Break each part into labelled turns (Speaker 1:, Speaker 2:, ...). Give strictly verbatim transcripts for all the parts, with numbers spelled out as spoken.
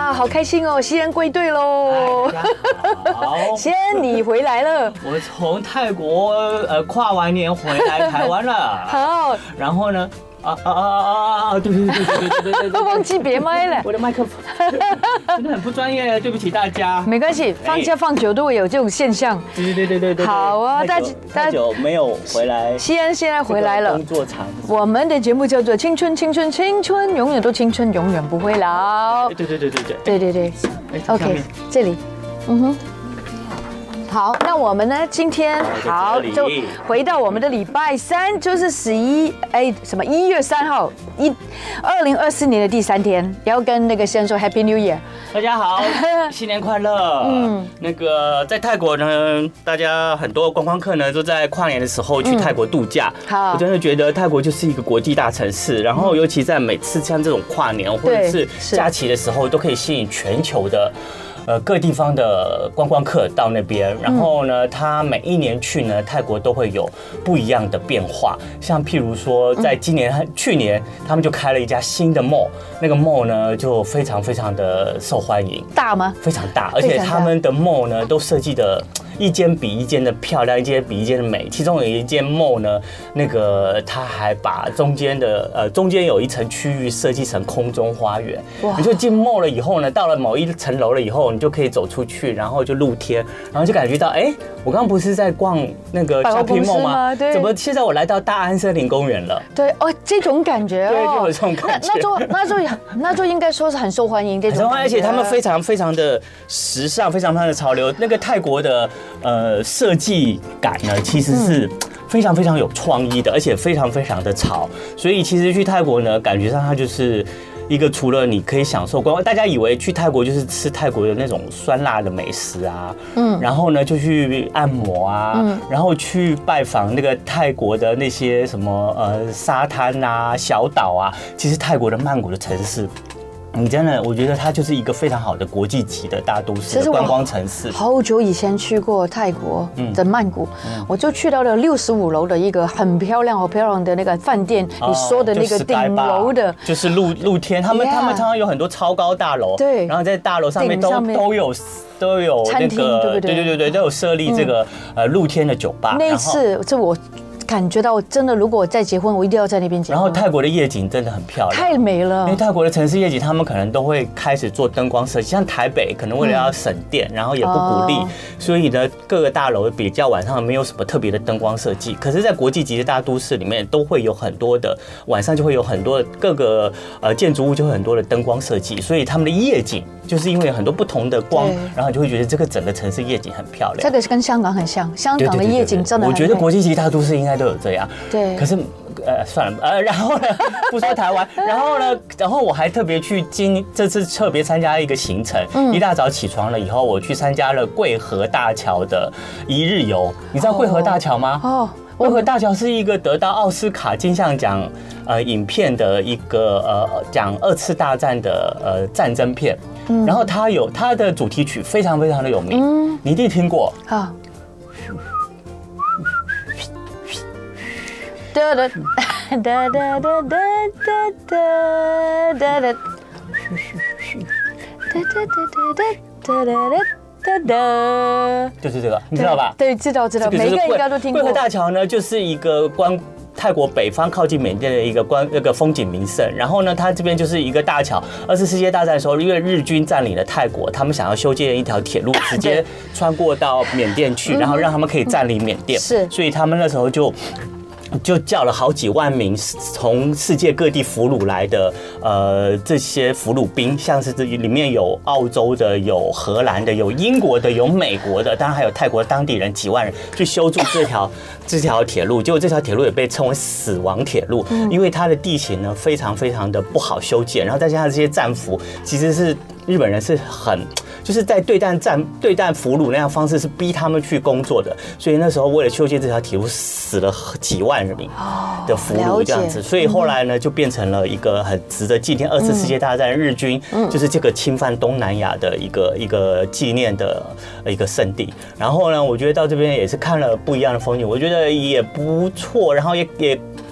Speaker 1: 哇，好开心哦！西安归队喽！
Speaker 2: 好，
Speaker 1: 西安你回来了。
Speaker 2: 我从泰国呃跨完年回来台湾了。
Speaker 1: 好，
Speaker 2: 然后呢？啊啊啊啊啊！对对对对对对对对，
Speaker 1: 忘记别麦了。
Speaker 2: 我的麦克风真的很不专业，对不起大家。
Speaker 1: 没关系，放假放久都会有这种现象。
Speaker 2: 对对对对对。
Speaker 1: 好啊，
Speaker 2: 大家太久没有回来。
Speaker 1: 西安现在回来了。
Speaker 2: 工作场。
Speaker 1: 我们的节目叫做《青春青春青春》，永远都青春，永远不会老。
Speaker 2: 对对对对对。
Speaker 1: 对对对。OK， 这里，嗯哼。好，那我们呢？今天好就回到我们的礼拜三，就是十一哎什么一月三号，一二零二四年的第三天，也要跟那个先生说 Happy New Year。
Speaker 2: 大家好，新年快乐。嗯，那个在泰国呢，大家很多观光客呢都在跨年的时候去泰国度假。好，我真的觉得泰国就是一个国际大城市，然后尤其在每次像这种跨年或者是假期的时候，都可以吸引全球的。呃，各地方的观光客到那边，然后呢，他每一年去呢，泰国都会有不一样的变化。像譬如说，在今年、嗯、去年，他们就开了一家新的 mall， 那个 mall 呢就非常非常的受欢迎。
Speaker 1: 大吗？
Speaker 2: 非常大，而且他们的 mall 呢都设计的一间比一间的漂亮，一间比一间的美。其中有一间 mall 呢，那个他还把中间的呃中间有一层区域设计成空中花园。你就进 mall 了以后呢，到了某一层楼了以后，你就可以走出去，然后就露天，然后就感觉到，哎、欸，我刚刚不是在逛那个 shopping mall 吗？对，怎么现在我来到大安森林公园了？
Speaker 1: 对，哦，这种感觉哦，
Speaker 2: 对，就有这种感觉。
Speaker 1: 那那就那就那就应该说是很受欢迎这种，
Speaker 2: 而且他们非常非常的时尚，非常非常的潮流。那个泰国的呃设计感呢，其实是非常非常有创意的，而且非常非常的潮。所以其实去泰国呢，感觉上它就是一个除了你可以享受观光，大家以为去泰国就是吃泰国的那种酸辣的美食啊，嗯，然后呢就去按摩啊，嗯，然后去拜访那个泰国的那些什么呃沙滩啊、小岛啊。其实泰国的曼谷的城市，你真的，我觉得它就是一个非常好的国际级的大都市的观光城市。
Speaker 1: 好久以前去过泰国的曼谷，嗯、我就去到了六十五楼的一个很漂亮、好漂亮的那个饭店。哦、你说的那个顶楼的，
Speaker 2: 就是露露天，他们、yeah, 他们常常有很多超高大楼，对，然后在大楼上面都都有。都有那个，对对对对，都有设立这个呃露天的酒吧。
Speaker 1: 那一次，这我感觉到真的，如果我再结婚，我一定要在那边结婚。
Speaker 2: 然后泰国的夜景真的很漂亮，
Speaker 1: 太美了。
Speaker 2: 因为泰国的城市夜景，他们可能都会开始做灯光设计，像台北可能为了要省电，然后也不鼓励，所以呢各个大楼比较晚上没有什么特别的灯光设计。可是，在国际级的大都市里面，都会有很多的晚上就会有很多各个呃建筑物就会很多的灯光设计，所以他们的夜景。就是因为有很多不同的光，然后你就会觉得这个整个城市夜景很漂亮。
Speaker 1: 这个跟香港很像，香港的夜景真的很美。
Speaker 2: 我觉得国际级大都市应该都有这样。
Speaker 1: 对。
Speaker 2: 可是，呃，算了，呃，然后呢，不说台湾，然后呢，然后我还特别去今这次特别参加一个行程，嗯、一大早起床了以后，我去参加了桂河大桥的一日游。你知道桂河大桥吗？哦。桂河大桥是一个得到奥斯卡金像奖呃影片的一个呃讲二次大战的呃战争片，嗯、然后它有它的主题曲非常非常的有名，嗯、你一定听过。好。
Speaker 1: 哒哒哒哒哒哒哒哒哒哒。哒哒，
Speaker 2: 就是这个，你知道吧？
Speaker 1: 对，知道知道，每个人应该都听过。
Speaker 2: 桂河大桥呢，就是一个观泰国北方靠近缅甸的一个观那个风景名胜。然后呢，它这边就是一个大桥。二次世界大战的时候，因为日军占领了泰国，他们想要修建一条铁路，直接穿过到缅甸去，然后让他们可以占领缅甸。是，所以他们那时候就。就叫了好几万名从世界各地俘虏来的呃这些俘虏兵，像是这里面有澳洲的、有荷兰的、有英国的、有美国的，当然还有泰国当地人几万人去修筑这条这条铁路。结果这条铁路也被称为死亡铁路，因为它的地形呢非常非常的不好修建，然后再加上这些战俘其实是日本人是很。就是在对待战对待俘虏那样方式是逼他们去工作的，所以那时候为了修建这条铁路死了几万人民的俘虏这样子，所以后来呢就变成了一个很值得纪念二次世界大战日军就是这个侵犯东南亚的一个一个纪念的一个圣地。然后呢，我觉得到这边也是看了不一样的风景，我觉得也不错，然后也也。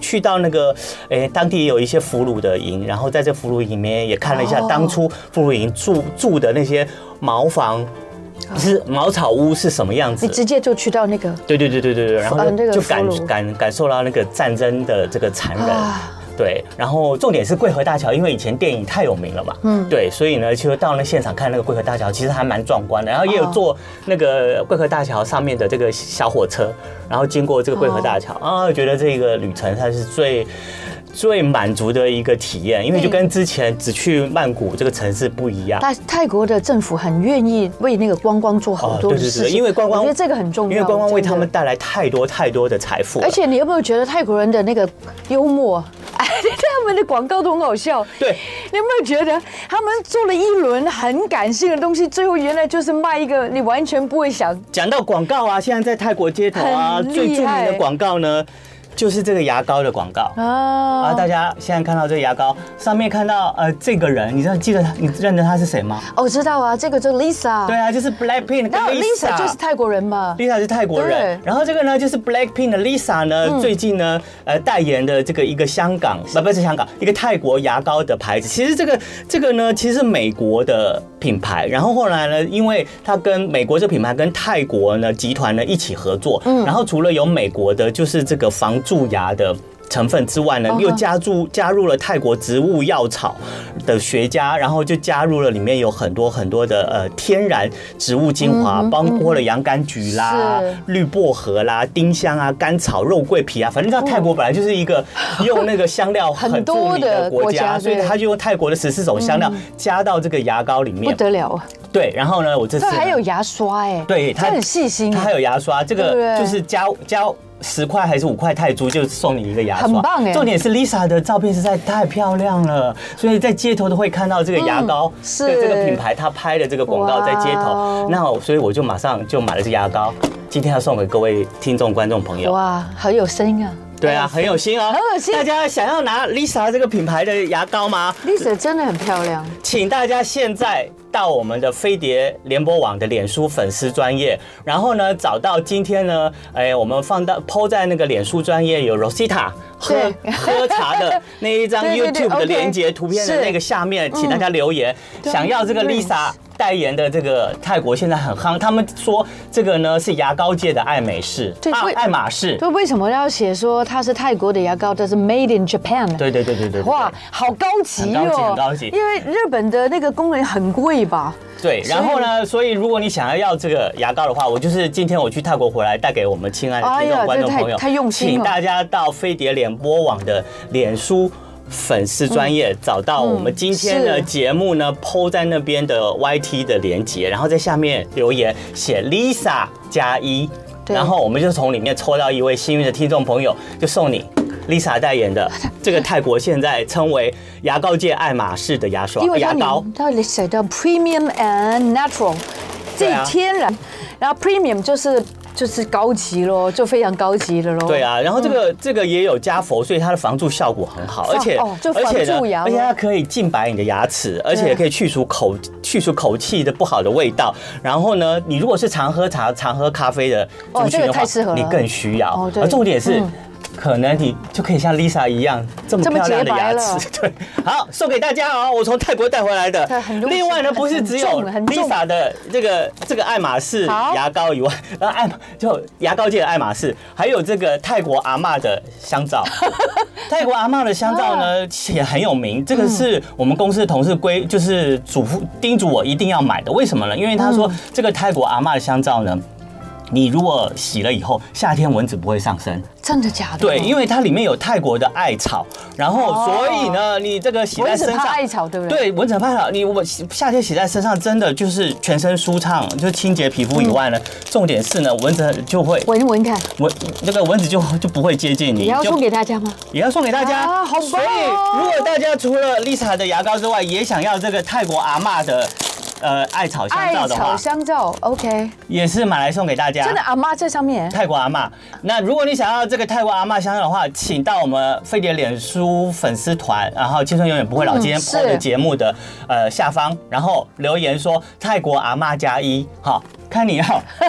Speaker 2: 去到那个诶当地也有一些俘虏的营，然后在这俘虏营里面也看了一下当初俘虏营住住的那些茅房。是茅草屋是什么样子？
Speaker 1: 你直接就去到那个，
Speaker 2: 对对对对对对，然后就感感感受到那个战争的这个残忍。对，然后重点是桂河大桥，因为以前电影太有名了嘛，嗯，对，所以呢，其实到那现场看那个桂河大桥，其实还蛮壮观的。然后也有坐那个桂河大桥上面的这个小火车，然后经过这个桂河大桥啊，觉得这个旅程它是最。最满足的一个体验，因为就跟之前只去曼谷这个城市不一样。泰
Speaker 1: 泰国的政府很愿意为那个观光做好多的事情，哦、对对对，
Speaker 2: 因为观光，
Speaker 1: 我觉得这个很重要，
Speaker 2: 因为观光为他们带来太多太多的财富。
Speaker 1: 而且你有没有觉得泰国人的那个幽默？哎，他们的广告都很好笑。
Speaker 2: 对，
Speaker 1: 你有没有觉得他们做了一轮很感性的东西，最后原来就是卖一个你完全不会想。
Speaker 2: 讲到广告啊，现在在泰国街头啊，最著名的广告呢？就是这个牙膏的广告啊！大家现在看到这个牙膏，上面看到呃这个人，你知道记得他，你认得他是谁吗？
Speaker 1: 哦，我知道啊，这个就是 Lisa。对
Speaker 2: 啊，就是 Blackpink 的
Speaker 1: Lisa。Lisa 就是泰国人嘛
Speaker 2: ，Lisa 是泰国人。然后这个呢，就是 Blackpink 的 Lisa 呢，嗯、最近呢，呃，代言的这个一个香港，不不是香港，一个泰国牙膏的牌子。其实这个这个呢，其实是美国的品牌。然后后来呢，因为它跟美国这品牌跟泰国呢集团呢一起合作，嗯，然后除了有美国的，就是这个防蛀牙的成分之外呢，又加入加入了泰国植物药草的学家，然后就加入了里面有很多很多的呃天然植物精华，包括了洋甘菊啦、绿薄荷啦、丁香啊、甘草、肉桂皮啊，反正知道泰国本来就是一个用那个香料很著名的国家，所以他就用泰国的十四种香料加到这个牙膏里面，
Speaker 1: 不得了啊！
Speaker 2: 对，然后呢，我这次
Speaker 1: 还有牙刷哎，
Speaker 2: 对，
Speaker 1: 他很细心，
Speaker 2: 他还有牙刷，这个就是加加。十块还是五块泰铢就送你一个牙刷，
Speaker 1: 很棒哎！
Speaker 2: 重点是 Lisa 的照片实在太漂亮了，所以在街头都会看到这个牙膏，是这个品牌他拍的这个广告在街头，那所以我就马上就买了这牙膏，今天要送给各位听众观众朋友。
Speaker 1: 哇，好有心啊！
Speaker 2: 对啊，很有心哦，
Speaker 1: 很有心。
Speaker 2: 大家想要拿 Lisa 这个品牌的牙膏吗
Speaker 1: ？Lisa 真的很漂亮，
Speaker 2: 请大家现在到我们的飞碟联播网的脸书粉丝专页，然后呢找到今天呢，哎，我们放到 po 在那个脸书专页有 Rosita 喝喝茶的那一张 YouTube 的连结图片的那个下面，请大家留言，想要这个 Lisa。代言的这个泰国现在很夯，他们说这个呢是牙膏界的爱美仕，啊，爱马仕。
Speaker 1: 就为什么要写说它是泰国的牙膏，这是 Made in Japan？
Speaker 2: 对对对对对。
Speaker 1: 哇，好高级哦，
Speaker 2: 很高级，很高级。
Speaker 1: 因为日本的那个工人很贵吧？
Speaker 2: 对，然后呢，所以如果你想要要这个牙膏的话，我就是今天我去泰国回来带给我们亲爱的听众观众朋友，
Speaker 1: 太用心了，
Speaker 2: 请大家到飞碟联播网的脸书。粉丝专业找到我们今天的节目呢 ，po 在那边的 Y T 的连结，然后在下面留言写 Lisa 加一，然后我们就从里面抽到一位幸运的听众朋友，就送你 Lisa 代言的这个泰国现在称为牙膏界爱马仕的牙刷牙膏，
Speaker 1: 它写到 Premium and Natural， 最天然，然后 Premium 就是。就是高级咯，就非常高级的咯。
Speaker 2: 对啊，然后这个、嗯、这个也有加氟，所以它的防蛀效果很好，而且、
Speaker 1: 哦、就防蛀牙，
Speaker 2: 而且它可以净白你的牙齿，而且可以去除口去除口气的不好的味道。然后呢，你如果是常喝茶、常喝咖啡的族群的话，
Speaker 1: 哦这个、
Speaker 2: 你更需要。
Speaker 1: 哦、
Speaker 2: 而重点是。嗯可能你就可以像 Lisa 一样这么漂亮的牙齿，对，好送给大家哦，我从泰国带回来的。另外呢，不是只有 Lisa 的这个这个爱马仕牙膏以外，然后爱就牙膏界的爱马仕，还有这个泰国阿嬷的香皂。泰国阿嬷的香皂呢也很有名，这个是我们公司的同事规就是嘱咐叮嘱我一定要买的。为什么呢？因为他说这个泰国阿嬷的香皂呢。你如果洗了以后，夏天蚊子不会上身。
Speaker 1: 真的假的？
Speaker 2: 对，因为它里面有泰国的艾草，然后所以呢，你这个洗在身上，蚊子怕
Speaker 1: 艾草对不对？
Speaker 2: 对，蚊子怕艾草。你我夏天洗在身上，真的就是全身舒畅，就清洁皮肤以外呢，重点是呢，蚊子就会
Speaker 1: 闻闻看，
Speaker 2: 蚊那个蚊子就就不会接近你。
Speaker 1: 也要送给大家吗？
Speaker 2: 也要送给大家
Speaker 1: 啊，好棒！
Speaker 2: 所以如果大家除了 Lisa 的牙膏之外，也想要这个泰国阿嬷的。呃，艾草香皂的话，
Speaker 1: 艾草香皂 ，OK，
Speaker 2: 也是买来送给大家。
Speaker 1: 真的阿嬷在上面，
Speaker 2: 泰国阿嬷。那如果你想要这个泰国阿嬷香皂的话，请到我们飞碟脸书粉丝团，然后青春永远不会老，今天 po 的节目的呃下方，然后留言说泰国阿嬷加一，好。看你要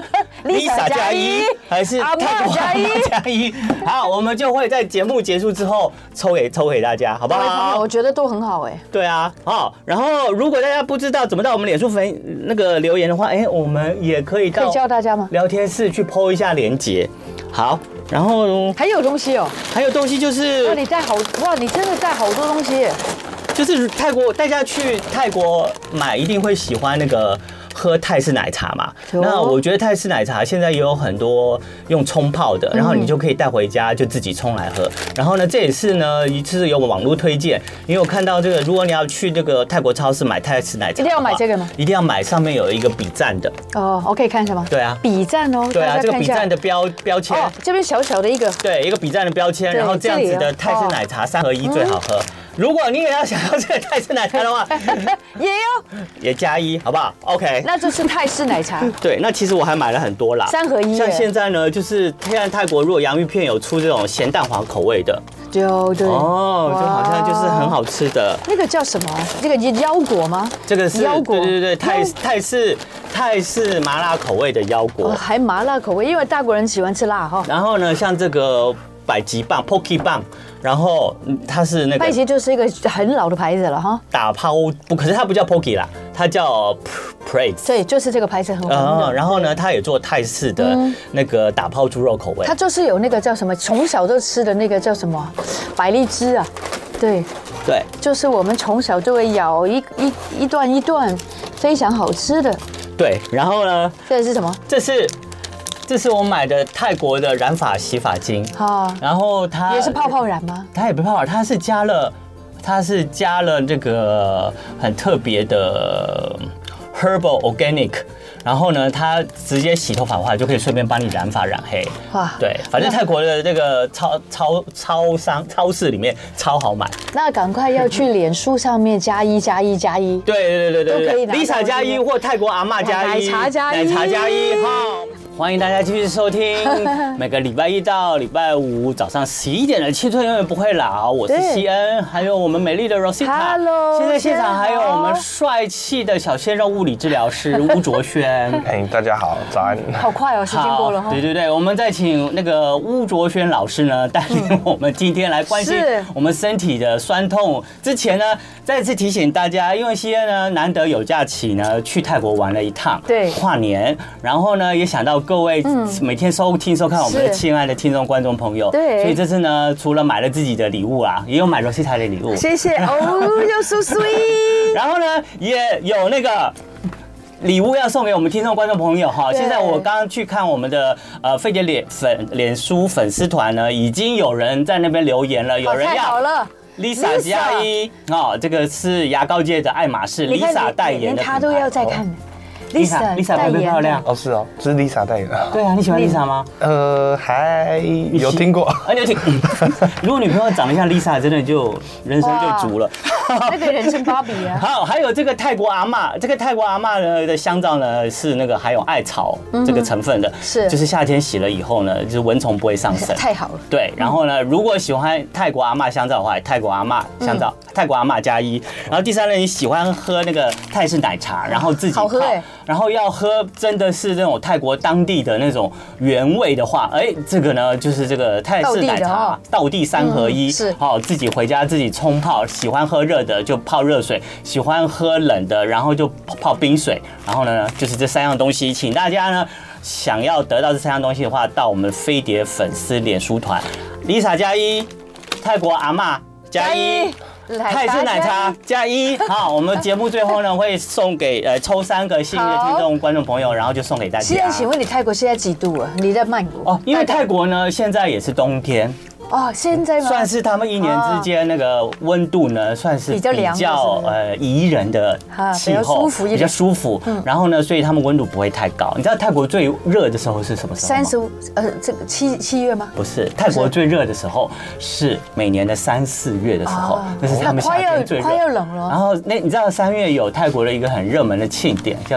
Speaker 2: Lisa 加一，还是
Speaker 1: 阿嬷加一
Speaker 2: 加一？好，我们就会在节目结束之后抽给抽给大家，好不好？
Speaker 1: 我觉得都很好哎。
Speaker 2: 对啊，好。然后如果大家不知道怎么到我们脸书粉那个留言的话，哎，我们也可以到
Speaker 1: 可以教大家吗？
Speaker 2: 聊天室去 po 一下连结。好，然后
Speaker 1: 还有东西哦，
Speaker 2: 还有东西就是
Speaker 1: 哇，你带好哇，你真的带好多东西。
Speaker 2: 就是泰国，大家去泰国买一定会喜欢那个喝泰式奶茶嘛。那我觉得泰式奶茶现在也有很多用冲泡的，然后你就可以带回家就自己冲来喝。然后呢，这也是呢一次有网络推荐，因为我看到这个，如果你要去这个泰国超市买泰式奶茶，
Speaker 1: 一定要买这个吗？
Speaker 2: 一定要买，上面有一个比赞的。
Speaker 1: 哦，我可以看一下吗？
Speaker 2: 对啊，
Speaker 1: 比赞哦。
Speaker 2: 对啊，这个比赞的标标签。
Speaker 1: 哦，这边小小的一个。
Speaker 2: 对，一个比赞的标签，然后这样子的泰式奶茶三合一最好喝。如果你也要想要这个泰式奶茶的话，
Speaker 1: 也有，
Speaker 2: 也加一，好不好 ？OK，
Speaker 1: 那就是泰式奶茶。
Speaker 2: 对，那其实我还买了很多啦，
Speaker 1: 三合一。
Speaker 2: 像现在呢，就是现在泰国如果洋芋片有出这种咸蛋黄口味的，
Speaker 1: 就对
Speaker 2: 哦，就好像就是很好吃的。
Speaker 1: 那个叫什么？这个腰果吗？
Speaker 2: 这个是
Speaker 1: 腰果，
Speaker 2: 对对对，泰泰式泰式麻辣口味的腰果，
Speaker 1: 还麻辣口味，因为大国人喜欢吃辣哈。
Speaker 2: 然后呢，像这个百吉棒 Pocky 棒。然后它是那个，
Speaker 1: 百吉就是一个很老的牌子了哈。
Speaker 2: 打抛不，可是它不叫 Pocky 啦，它叫 Praise。对，
Speaker 1: 就是这个牌子很红的。
Speaker 2: 然后呢，它也做泰式的那个打抛猪肉口味。
Speaker 1: 它就是有那个叫什么，从小就吃的那个叫什么百利滋啊，对
Speaker 2: 对，
Speaker 1: 就是我们从小就会咬一一一段一段，非常好吃的。
Speaker 2: 对，然后呢？
Speaker 1: 这是什么？
Speaker 2: 这是。这是我买的泰国的染发洗发精，啊，然后它
Speaker 1: 也是泡泡染吗？
Speaker 2: 它也不泡泡，它是加了，它是加了这个很特别的 herbal organic， 然后呢，它直接洗头发的话，就可以顺便帮你染发染黑。哇，对，反正泰国的这个超超超商超市里面超好买。
Speaker 1: 那赶快要去脸书上面加一加一加一。
Speaker 2: 对对对对对对 ，Lisa 加一或泰国阿嬷加一，
Speaker 1: 奶茶加一，
Speaker 2: 奶茶加一，哈。欢迎大家继续收听每个礼拜一到礼拜五早上十一点的《青春永远不会老》，我是西恩，还有我们美丽的 Rosita。现在现场还有我们帅气的小鲜肉物理治疗师巫卓轩。
Speaker 3: 哎，大家好，早安。
Speaker 1: 好快哦，时间过了哈。
Speaker 2: 对对对，我们再请那个巫卓轩老师呢，带领我们今天来关心我们身体的酸痛。之前呢，再次提醒大家，因为西恩呢难得有假期呢，去泰国玩了一趟，
Speaker 1: 对，
Speaker 2: 跨年，然后呢也想到。各位每天收听收看我们的亲爱的听众观众朋友，
Speaker 1: 对，
Speaker 2: 所以这次呢，除了买了自己的礼物啊，也有买 Rosita 的礼物，
Speaker 1: 谢谢哦，又 so sweet。
Speaker 2: 然后呢，也有那个礼物要送给我们听众观众朋友哈。现在我刚刚去看我们的呃费姐脸粉脸书粉丝团呢，已经有人在那边留言了，有人要。
Speaker 1: 好了。
Speaker 2: Lisa 加一哦，这个是牙膏界的爱马仕 Lisa 代言的，
Speaker 1: 连他都要再看。
Speaker 2: Lisa Lisa 会不会漂亮？
Speaker 3: 哦，是哦，这是 Lisa 代言的。
Speaker 2: 对啊，你喜欢 Lisa 吗？
Speaker 3: 呃，还有听过。
Speaker 2: 而且听，如果女朋友长得像 Lisa， 真的就人生就足了。
Speaker 1: 那个人生芭比啊。
Speaker 2: 好，还有这个泰国阿嬷，这个泰国阿嬷呢的香皂呢是那个含有艾草这个成分的，
Speaker 1: 是，
Speaker 2: 就是夏天洗了以后呢，就是蚊虫不会上身。
Speaker 1: 太好了。
Speaker 2: 对，然后呢，如果喜欢泰国阿嬷香皂的话，泰国阿嬷香皂，泰国阿嬷加一。然后第三呢，你喜欢喝那个泰式奶茶，然后自己泡，然后要喝。真的是那种泰国当地的那种原味的话，哎，这个呢就是这个泰式奶茶，道地三合一，
Speaker 1: 是
Speaker 2: 好，自己回家自己冲泡，喜欢喝热的就泡热水，喜欢喝冷的然后就泡冰水，然后呢就是这三样东西，请大家呢想要得到这三样东西的话，到我们飞碟粉丝脸书团 ，Lisa 加一，泰国阿嬷加一。泰式奶茶加一，好，我们节目最后呢会送给呃抽三个幸运的听众观众朋友，然后就送给大家。
Speaker 1: 现在请问你泰国现在几度啊？你在曼谷
Speaker 2: 哦，因为泰国呢现在也是冬天。
Speaker 1: 哦，现在吗？
Speaker 2: 算是他们一年之间那个温度呢，算是比较比较呃宜人的气候，比较舒服。然后呢，所以他们温度不会太高。你知道泰国最热的时候是什么时候吗？
Speaker 1: 三十五呃，这个七七月吗？
Speaker 2: 不是，泰国最热的时候是每年的三四月的时候，那是他们夏天最热，
Speaker 1: 快要冷了。
Speaker 2: 然后那你知道三月有泰国的一个很热门的庆典，叫做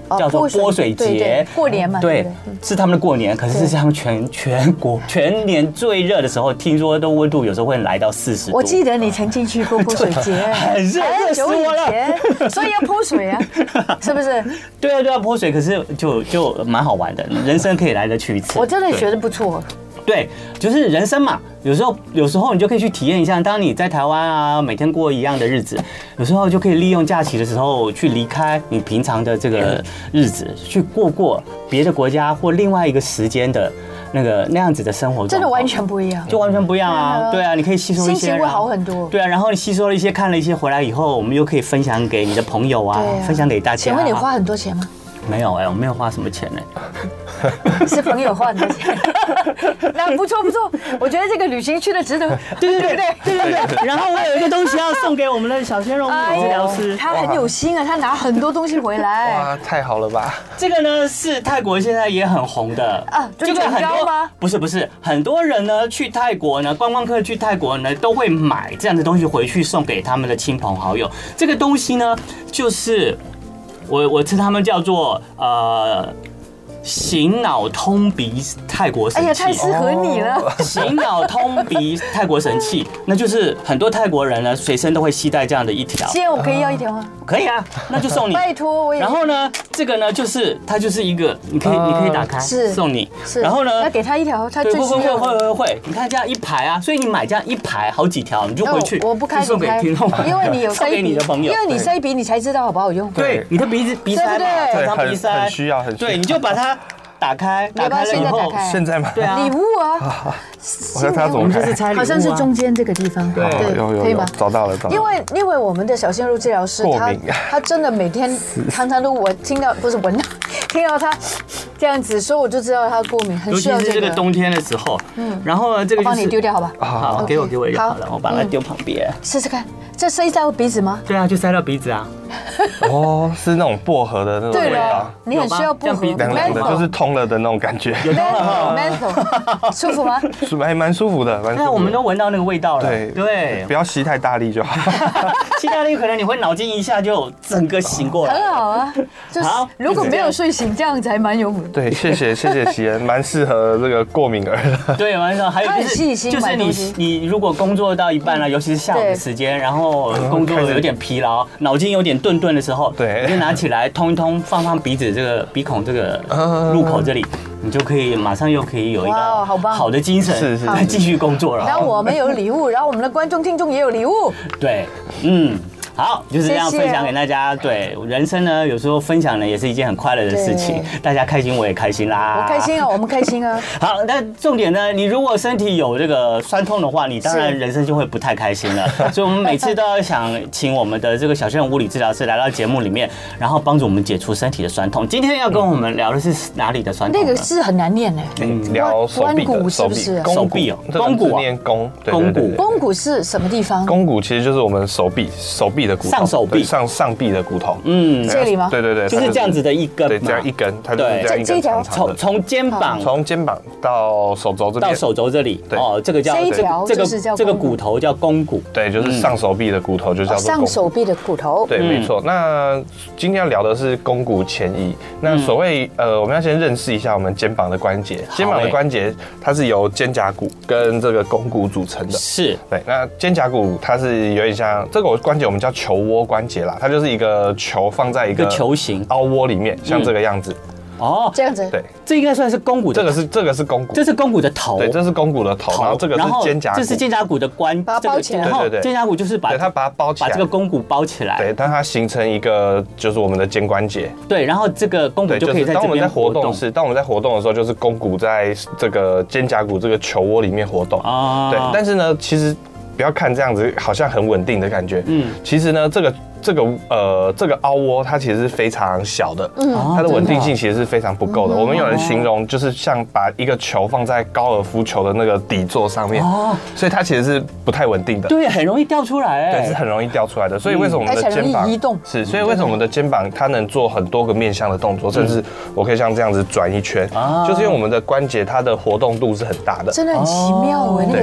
Speaker 2: 叫做泼水节，
Speaker 1: 过年嘛，
Speaker 2: 对，是他们的过年，可是是他们全全国全年最热的时候，听说的温度有时候会来到四十度。
Speaker 1: 我记得你曾经去过泼水节，
Speaker 2: 很热，热死我了，
Speaker 1: 所以要泼水啊，是不是？
Speaker 2: 对啊，对啊，泼水，可是就就蛮好玩的，人生可以来得去一次。
Speaker 1: 我真的觉得不错。
Speaker 2: 对，就是人生嘛，有时候有时候你就可以去体验一下，当你在台湾啊，每天过一样的日子，有时候就可以利用假期的时候去离开你平常的这个日子，去过过别的国家或另外一个时间的那个那样子的生活，
Speaker 1: 真的完全不一样，
Speaker 2: 就完全不一样啊！对啊，你可以吸收一些，
Speaker 1: 心情会好很多。
Speaker 2: 对啊，然后你吸收了一些，看了一些回来以后，我们又可以分享给你的朋友啊，分享给大家。
Speaker 1: 请问你花很多钱吗？
Speaker 2: 没有哎，我没有花什么钱哎，
Speaker 1: 是朋友花很多钱。那不错不错，我觉得这个旅行去的值得。
Speaker 2: 对对对对对对对。然后我有一个东西要送给我们的小鲜肉物理治疗师，
Speaker 1: 他很有心啊，他拿很多东西回来。
Speaker 3: 哇，太好了吧！
Speaker 2: 这个呢是泰国现在也很红的
Speaker 1: 啊，这个很高吗？
Speaker 2: 不是不是，很多人呢去泰国呢，观光客去泰国呢都会买这样的东西回去送给他们的亲朋好友。这个东西呢就是。我我称他们叫做呃醒脑通鼻泰国神器。
Speaker 1: 哎呀，太适合你了！
Speaker 2: 醒脑通鼻泰国神器，那就是很多泰国人呢随身都会携带这样的一条。
Speaker 1: 今天我可以要一条吗？
Speaker 2: 可以啊，那就送你。
Speaker 1: 拜托，我也。
Speaker 2: 然后呢，这个呢就是它就是一个，你可以你可以打开，
Speaker 1: 是
Speaker 2: 送你。
Speaker 1: 是。
Speaker 2: 然后呢，
Speaker 1: 要给他一条，他最需要。
Speaker 2: 会会会会，你看这样一排啊，所以你买这样一排好几条，你就回去。
Speaker 1: 我不开
Speaker 2: 送给听众，
Speaker 1: 因为你有塞鼻，
Speaker 2: 你的朋友，
Speaker 1: 因为你塞鼻，你才知道好不好用。
Speaker 2: 对，你的鼻子鼻塞嘛，常常鼻塞，
Speaker 3: 很需要很需要。
Speaker 2: 对，你就把它。打开，打开了以后，
Speaker 3: 现在吗？
Speaker 2: 对啊，
Speaker 1: 礼物啊，
Speaker 3: 我看他怎么
Speaker 2: 开，
Speaker 1: 好像是中间这个地方，
Speaker 3: 对，有有可以吗？找到了，找到了。
Speaker 1: 因为因为我们的小鲜肉治疗师，他他真的每天常常都我听到不是闻到，听到他这样子，所以我就知道他过敏，很需要这个。
Speaker 2: 尤其是这个冬天的时候，嗯，然后呢，这个
Speaker 1: 帮你丢掉好吧？
Speaker 2: 好，给我给我就好了，我把它丢旁边，
Speaker 1: 试试看。这塞到鼻子吗？
Speaker 2: 对啊，就塞到鼻子啊。
Speaker 3: 哦，是那种薄荷的那种味道。
Speaker 1: 你很需要薄荷，
Speaker 3: 凉凉的，就是通了的那种感觉。
Speaker 2: 有通了
Speaker 1: ，mental， 舒服吗？
Speaker 3: 还蛮舒服的，
Speaker 2: 那我们都闻到那个味道了。
Speaker 3: 对
Speaker 2: 对，
Speaker 3: 不要吸太大力就好。
Speaker 2: 吸大力可能你会脑筋一下就整个醒过来。
Speaker 1: 很好啊，就是如果没有睡醒，这样才蛮有猛。
Speaker 3: 对，谢谢谢谢喜恩，蛮适合这个过敏儿的。
Speaker 2: 对，完了还有就是就是你你如果工作到一半了，尤其是下午的时间，然后工作有点疲劳，脑筋有点顿顿的时候，
Speaker 3: 对，
Speaker 2: 你就拿起来通一通，放放鼻子这个鼻孔这个入口这里，你就可以马上又可以有一个好的精神，再继续工作了。
Speaker 1: 然后我们有礼物，然后我们的观众听众也有礼物。
Speaker 2: 对，嗯。好，就是这样分享给大家。对，人生呢，有时候分享呢也是一件很快乐的事情，大家开心我也开心啦。
Speaker 1: 我开心啊，我们开心啊。
Speaker 2: 好，那重点呢，你如果身体有这个酸痛的话，你当然人生就会不太开心了。所以我们每次都要想请我们的这个小鲜肉物理治疗师来到节目里面，然后帮助我们解除身体的酸痛。今天要跟我们聊的是哪里的酸痛？
Speaker 1: 那个字很难念哎，
Speaker 3: 聊手臂的
Speaker 1: 是不是？
Speaker 2: 手臂哦，
Speaker 3: 肱骨念肱，
Speaker 2: 肱骨，
Speaker 1: 肱骨是什么地方？
Speaker 3: 肱骨其实就是我们手臂手臂的骨头，
Speaker 2: 上手臂。
Speaker 3: 上上臂的骨头，
Speaker 2: 嗯，
Speaker 1: 这里吗？
Speaker 3: 对对对，
Speaker 2: 就是这样子的一根，
Speaker 3: 对，这样一根，它就是这样一根长长的。
Speaker 2: 从从肩膀，
Speaker 3: 从肩膀到手肘这边，
Speaker 2: 到手肘这里，
Speaker 3: 对，
Speaker 2: 哦，这个叫
Speaker 1: 这一条，
Speaker 2: 这个这个骨头叫肱骨，
Speaker 3: 对，就是上手臂的骨头就叫做
Speaker 1: 上手臂的骨头，
Speaker 3: 对，没错。那今天要聊的是肱骨前移。那所谓呃，我们要先认识一下我们肩膀的关节，肩膀的关节它是由肩胛骨跟这个肱骨组成的，
Speaker 2: 是
Speaker 3: 对。那肩胛骨它是有点像这个关节，我们叫球窝关节啦，它就是一个。球放在一个
Speaker 2: 球形
Speaker 3: 凹窝里面，像这个样子。
Speaker 2: 哦，
Speaker 1: 这样子。
Speaker 3: 对，
Speaker 2: 这应该算是肱骨的。
Speaker 3: 这个是这个是肱骨，
Speaker 2: 这是肱骨的头。
Speaker 3: 对，这是肱骨的头。然后这个是肩胛骨，
Speaker 2: 这是肩胛骨的关，
Speaker 1: 把它包起来。
Speaker 2: 然后肩胛骨就是把
Speaker 3: 它把它包起来，
Speaker 2: 把这个肱骨包起来。
Speaker 3: 对，但它形成一个就是我们的肩关节。
Speaker 2: 对，然后这个肱骨就可以在这边活动。
Speaker 3: 是，当我们在活动的时候，就是肱骨在这个肩胛骨这个球窝里面活动。啊，对。但是呢，其实不要看这样子，好像很稳定的感觉。嗯，其实呢，这个。这个呃，这个凹窝它其实是非常小的，嗯，它的稳定性其实是非常不够的。我们有人形容就是像把一个球放在高尔夫球的那个底座上面，哦，所以它其实是不太稳定的，
Speaker 2: 对，很容易掉出来，
Speaker 3: 对，是很容易掉出来的。所以为什么我们的肩膀
Speaker 1: 移动
Speaker 3: 是？所以为什么我们的肩膀它能做很多个面向的动作，甚至我可以像这样子转一圈，就是因为我们的关节它的活动度是很大的，
Speaker 1: 真的很奇妙哎，那个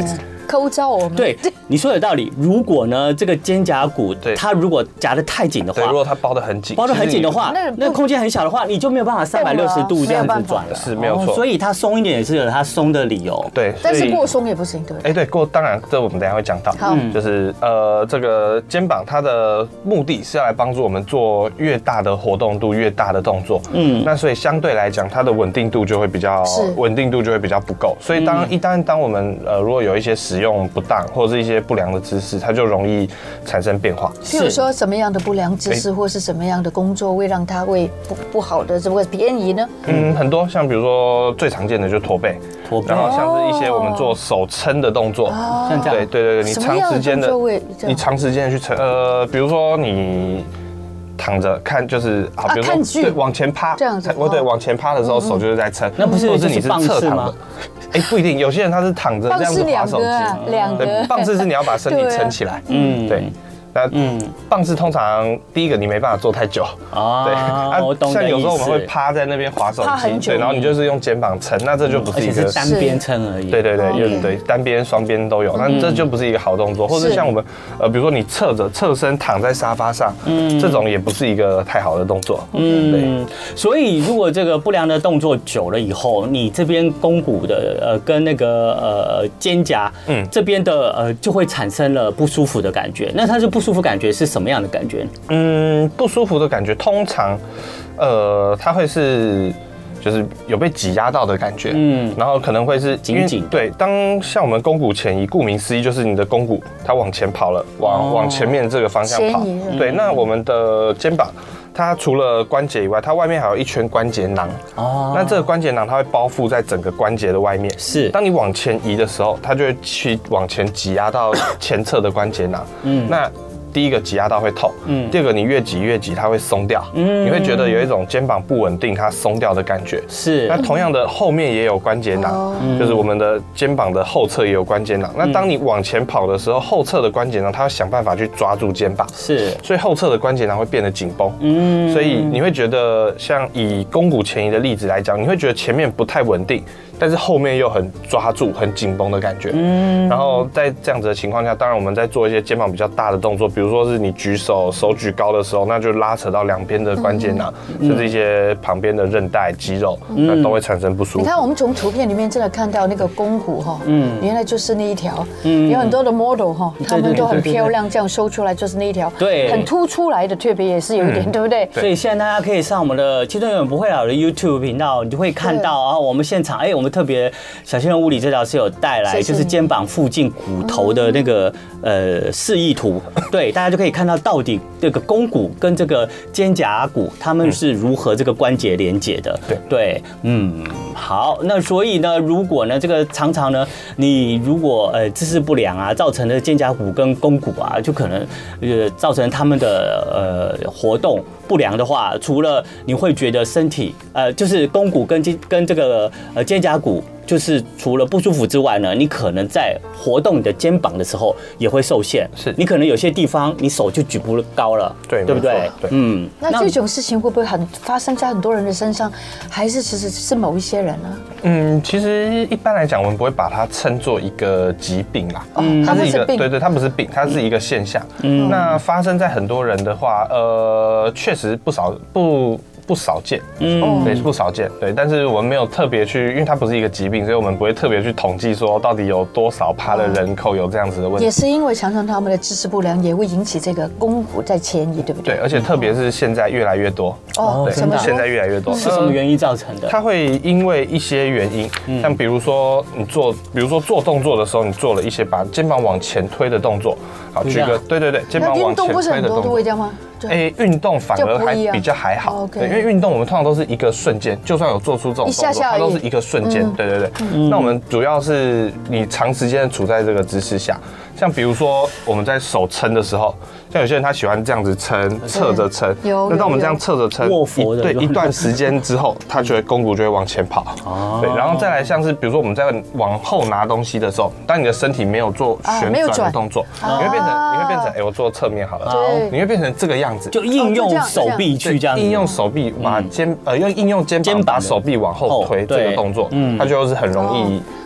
Speaker 1: 抠着我们。
Speaker 2: 对，你说有道理。如果呢，这个肩胛骨它如果夹得太紧的话，
Speaker 3: 对，如果它包得很紧，
Speaker 2: 包得很紧的话，那空间很小的话，你就没有办法三百六十度这样子转了。
Speaker 3: 是没有错，
Speaker 2: 所以它松一点也是有它松的理由。
Speaker 3: 对，
Speaker 1: 但是过松也不行，对不对？
Speaker 3: 哎，对，过当然这我们等一下会讲到，就是呃，这个肩膀它的目的是要来帮助我们做越大的活动度、越大的动作。嗯，那所以相对来讲，它的稳定度就会比较稳定度就会比较不够。所以当一旦当我们呃如果有一些使用不当或者是一些不良的姿势，它就容易产生变化。
Speaker 1: 譬如说什么样的不良姿势，或是什么样的工作会让它会不不好的，这会偏移呢？
Speaker 3: 嗯，很多像比如说最常见的就是驼背，驼背，然后像是一些我们做手撑的动作，
Speaker 2: 像这样，
Speaker 3: 对对对对，你长时间的，你长时间的去撑，呃，比如说你。躺着看就是好，比如说对往前趴
Speaker 1: 这样子，
Speaker 3: 我对往前趴的时候手就是在撑，
Speaker 2: 那不是
Speaker 3: 或是你是侧躺的，哎不一定，有些人他是躺着这样子滑手机，
Speaker 1: 两个，
Speaker 3: 对，棒式是你要把身体撑起来，嗯，对。那嗯，棒式通常第一个你没办法做太久啊，对，啊，像有时候我们会趴在那边滑手机，对，然后你就是用肩膀撑，那这就不是一个
Speaker 2: 单边撑而已，
Speaker 3: 对对对，有对单边双边都有，那这就不是一个好动作，或者像我们呃，比如说你侧着侧身躺在沙发上，嗯，这种也不是一个太好的动作，嗯，对，
Speaker 2: 所以如果这个不良的动作久了以后，你这边肱骨的呃跟那个呃肩胛，嗯，这边的呃就会产生了不舒服的感觉，那它就不。不舒服感觉是什么样的感觉？
Speaker 3: 嗯，不舒服的感觉通常，呃，它会是就是有被挤压到的感觉，嗯，然后可能会是
Speaker 2: 紧紧。
Speaker 3: 对，当像我们肱骨前移，顾名思义就是你的肱骨它往前跑了，往往前面这个方向跑。对，那我们的肩膀。它除了关节以外，它外面还有一圈关节囊。哦，那这个关节囊它会包覆在整个关节的外面。是，当你往前移的时候，它就会去往前挤压到前侧的关节囊。嗯，那第一个挤压到会痛，嗯，第二个你越挤越挤，它会松掉，嗯，你会觉得有一种肩膀不稳定，它松掉的感觉。是，那同样的后面也有关节囊，就是我们的肩膀的后侧也有关节囊。那当你往前跑的时候，后侧的关节囊它要想办法去抓住肩膀，是，所以后侧的关节囊会变得紧绷，嗯，所以你会觉得像以肱骨前移的例子来讲，你会觉得前面不太稳定。但是后面又很抓住、很紧绷的感觉，嗯，然后在这样子的情况下，当然我们在做一些肩膀比较大的动作，比如说是你举手、手举高的时候，那就拉扯到两边的关节囊，嗯、甚至一些旁边的韧带、肌肉，嗯、那都会产生不舒服。
Speaker 1: 你看，我们从图片里面真的看到那个肱骨哈，嗯，原来就是那一条，嗯，有很多的 model 哈，他们都很漂亮，这样收出来就是那一条，对，很凸出来的，特别也是有一点，嗯、对不对？
Speaker 2: 所以现在大家可以上我们的青春永远不会老的 YouTube 频道，你就会看到啊，我们现场，哎，我们特别小鲜肉物理治疗师有带来，就是肩膀附近骨头的那个呃示意图，对，大家就可以看到到底这个肱骨跟这个肩胛骨他们是如何这个关节连接的。对对，嗯，好，那所以呢，如果呢这个常常呢，你如果呃姿势不良啊，造成的肩胛骨跟肱骨啊，就可能呃造成他们的呃活动不良的话，除了你会觉得身体呃就是肱骨跟肩跟这个呃肩胛骨。就是除了不舒服之外呢，你可能在活动你的肩膀的时候也会受限。是，你可能有些地方你手就举不高了，对，对不对？
Speaker 3: 对，
Speaker 1: 嗯。那这种事情会不会很发生在很多人的身上，还是其实是某一些人呢？
Speaker 3: 嗯，其实一般来讲，我们不会把它称作一个疾病啦。嗯，它是一个，对对，它不是病，它是一个现象。嗯，那发生在很多人的话，呃，确实不少不。不少见，嗯，对，不少见，对，但是我们没有特别去，因为它不是一个疾病，所以我们不会特别去统计说到底有多少趴的人口有这样子的问题。
Speaker 1: 也是因为常常他们的姿势不良，也会引起这个肱骨在前移，对不对？
Speaker 3: 对，而且特别是现在越来越多，哦，真的，现在越来越多，
Speaker 2: 是什么原因造成的？
Speaker 3: 它会因为一些原因，像比如说你做，比如说做动作的时候，你做了一些把肩膀往前推的动作，好，举个，对对对，肩膀往前推的动作，
Speaker 1: 会这样吗？
Speaker 3: 哎，运动反而还比较还好，对，因为运动我们通常都是一个瞬间，就算有做出这种动作，它都是一个瞬间，对对对。那我们主要是你长时间处在这个姿势下，像比如说我们在手撑的时候，像有些人他喜欢这样子撑，侧着撑，那当我们这样侧着撑，对，一段时间之后，他觉得肱骨就会往前跑，对，然后再来像是比如说我们在往后拿东西的时候，当你的身体没有做旋转的动作，你会变成你会变成哎，我做侧面好了，你会变成这个样子，
Speaker 2: 就应用手臂去这样，
Speaker 3: 应用手臂把肩呃用应用肩膀把手臂往后推这个动作，它就是很容易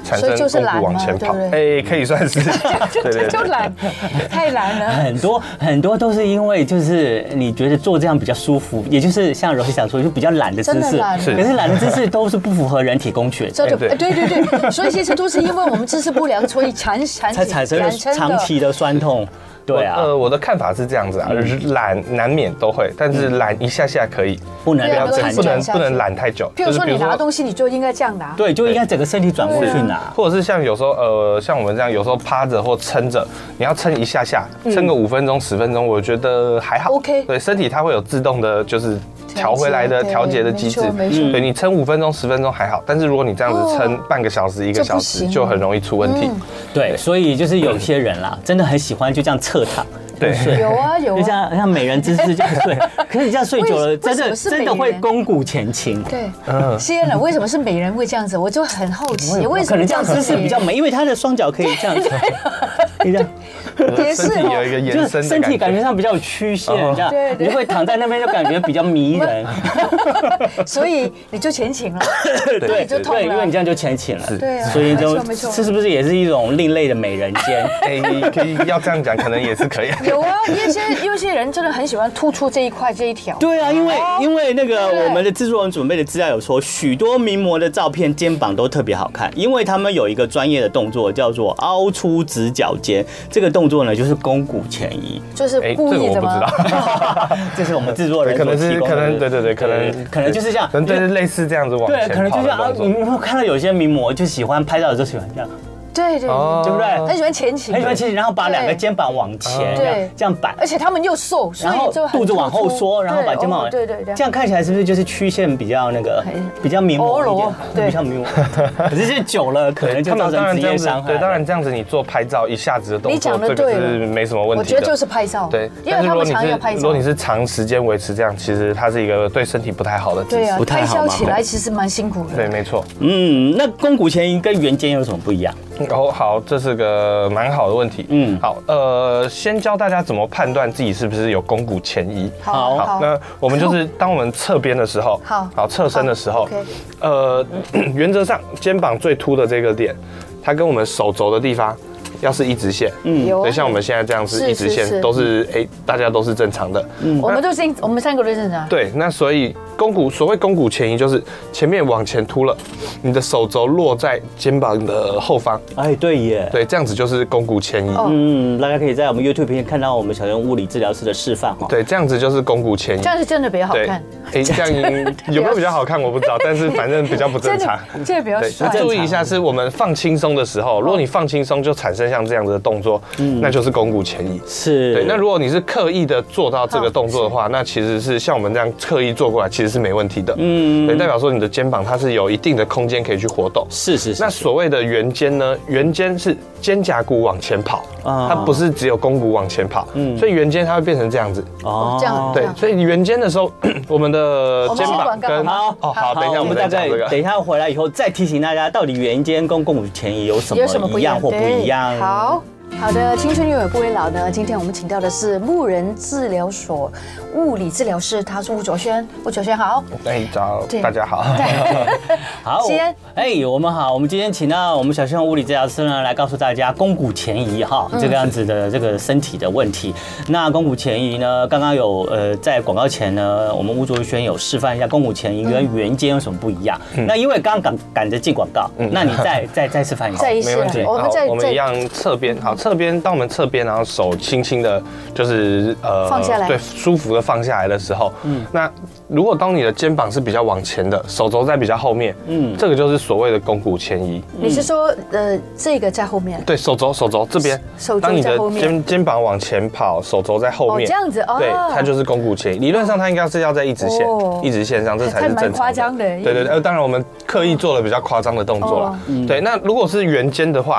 Speaker 3: 产生肱骨往前跑。哎，可以算是，
Speaker 1: 对对，就懒，太懒了。
Speaker 2: 很多很多都是因为就是你觉得做这样比较舒服，也就是像柔希想说，就比较懒的姿势。可是懒的姿势都是不符合人体工学。
Speaker 1: 对对对对，所以其实都是因为我们姿势不良，所以产产
Speaker 2: 才产生了长期的酸痛。对啊，
Speaker 3: 呃，我的看法是这样子啊，懒难免都会，但是懒一下下可以，
Speaker 2: 不能
Speaker 3: 不能不能不能懒太久。
Speaker 1: 比如说你拿东西，你就应该这样拿，
Speaker 2: 对，就应该整个身体转过去拿，
Speaker 3: 或者是像有时候呃，像我们这样有时候趴着或撑着，你要撑一下下，撑个五分钟十分钟，我觉得还好。
Speaker 1: OK，
Speaker 3: 对，身体它会有自动的，就是调回来的调节的机制。对，你撑五分钟十分钟还好，但是如果你这样子撑半个小时一个小时，就很容易出问题。
Speaker 2: 对，所以就是有些人啦，真的很喜欢就这样侧躺。
Speaker 3: 对，
Speaker 1: 有啊有啊，
Speaker 2: 就像像美人姿势这样睡，可是你这样睡久了，真的真的会肱骨前倾。
Speaker 1: 对，谢人为什么是美人会这样子？我就很好奇，为什么
Speaker 2: 可能这样姿势比较美？因为她的双脚可以这样子，这样
Speaker 3: 也是有一个延伸，
Speaker 2: 身体感觉上比较有曲线，这样你会躺在那边就感觉比较迷人。
Speaker 1: 所以你就前倾了，
Speaker 2: 对，就痛了，因为你这样就前倾了。
Speaker 1: 对啊，
Speaker 2: 所以就这是不是也是一种另类的美人肩？
Speaker 3: 哎，可以要这样讲，可能也是可以。
Speaker 1: 有啊，有些有些人真的很喜欢突出这一块这一条。
Speaker 2: 对啊，因为因为那个我们的制作人准备的资料有说，许多名模的照片肩膀都特别好看，因为他们有一个专业的动作叫做凹出直角肩，这个动作呢就是肱骨前移，
Speaker 1: 就是故意的吗？
Speaker 2: 这是我们制作人
Speaker 3: 可能是可能对对对，可能
Speaker 2: 可能就是这样，
Speaker 3: 可能对类似这样子往前跑的动作。
Speaker 2: 对，可能就像你们会看到有些名模就喜欢拍照的时候喜欢这样。
Speaker 1: 对对对，
Speaker 2: 对不对？
Speaker 1: 很喜欢前倾，
Speaker 2: 很喜欢前倾，然后把两个肩膀往前，对，这样摆，
Speaker 1: 而且他们又瘦，
Speaker 2: 然后肚子往后缩，然后把肩膀往，
Speaker 1: 对对对，
Speaker 2: 这样看起来是不是就是曲线比较那个比较名模一点？对，比较名模。可是这久了可能就造成职业伤害。
Speaker 3: 对，当然这样子你做拍照一下子的动作，这个是没什么问题的。
Speaker 1: 我觉得就是拍照，
Speaker 3: 对，
Speaker 1: 因为他们常要拍照。
Speaker 3: 如果你是长时间维持这样，其实它是一个对身体不太好的姿势，
Speaker 1: 对啊，拍照起来其实蛮辛苦的。
Speaker 3: 对，没错。
Speaker 2: 嗯，那肱骨前移跟圆肩有什么不一样？
Speaker 3: 哦，好，这是个蛮好的问题。嗯，好，呃，先教大家怎么判断自己是不是有肱骨前移。
Speaker 1: 好，
Speaker 3: 好，那我们就是当我们侧边的时候，
Speaker 1: 好，
Speaker 3: 好，侧身的时候，呃，原则上肩膀最凸的这个点，它跟我们手肘的地方要是一直线，嗯，对，像我们现在这样是一直线，都是哎，大家都是正常的。
Speaker 1: 嗯，我们都是我们三个都正常。
Speaker 3: 对，那所以肱骨所谓肱骨前移就是前面往前凸了，你的手肘落在肩膀的后方。
Speaker 2: 哎，对耶，
Speaker 3: 对，这样子就是肱骨前移。
Speaker 2: 嗯，大家可以在我们 YouTube 片看到我们小熊物理治疗师的示范哦。
Speaker 3: 对，这样子就是肱骨前移，
Speaker 1: 这样是真的比较好看。
Speaker 3: 哎，这样有没有比较好看我不知道，但是反正比较不正常。
Speaker 1: 这个比较帅。
Speaker 3: 注意一下，是我们放轻松的时候，如果你放轻松就产生像这样子的动作，那就是肱骨前移。
Speaker 2: 是。
Speaker 3: 对，那如果你是刻意的做到这个动作的话，那其实是像我们这样刻意做过来，其实是没问题的。嗯，对，代表说你的肩膀它是有一定的空间可以去活动。
Speaker 2: 是是是。
Speaker 3: 那所谓的圆肩呢？圆肩是肩胛骨往前跑，它不是只有肱骨往前跑。嗯，所以圆肩它会变成这样子。
Speaker 1: 哦，这样。
Speaker 3: 对，所以圆肩的时候，我们的肩膀跟
Speaker 2: 好
Speaker 3: 哦好，等一下我们再讲这个。
Speaker 2: 等一下回来以后再提醒大家，到底圆肩跟肱骨前移有什么一样或不一样？
Speaker 1: 好。好的，青春永远不会老呢。今天我们请到的是牧人治疗所物理治疗师，他是吴卓轩。吴卓轩好，
Speaker 3: 哎，早，大家好。
Speaker 2: 好，先，哎，我们好，我们今天请到我们小熊物理治疗师呢，来告诉大家肱骨前移哈，这个样子的这个身体的问题。那肱骨前移呢，刚刚有呃在广告前呢，我们吴卓轩有示范一下肱骨前移跟圆肩有什么不一样。那因为刚刚赶赶着进广告，那你再再再示范一下，
Speaker 3: 没问题。好，我们一样侧边，好。侧边，当我们侧边，然后手轻轻的，就是呃
Speaker 1: 放下来，
Speaker 3: 对，舒服的放下来的时候，嗯，那如果当你的肩膀是比较往前的，手肘在比较后面，嗯，这个就是所谓的肱骨前移。
Speaker 1: 你是说呃这个在后面？
Speaker 3: 对，手肘手肘这边，
Speaker 1: 手
Speaker 3: 当你的肩肩膀往前跑，手肘在后面，
Speaker 1: 这样子哦，
Speaker 3: 对，它就是肱骨前移。理论上它应该是要在一直线，一直线上，这才是正常的。
Speaker 1: 夸张的，
Speaker 3: 对对对，当然我们刻意做了比较夸张的动作了。对，那如果是圆肩的话。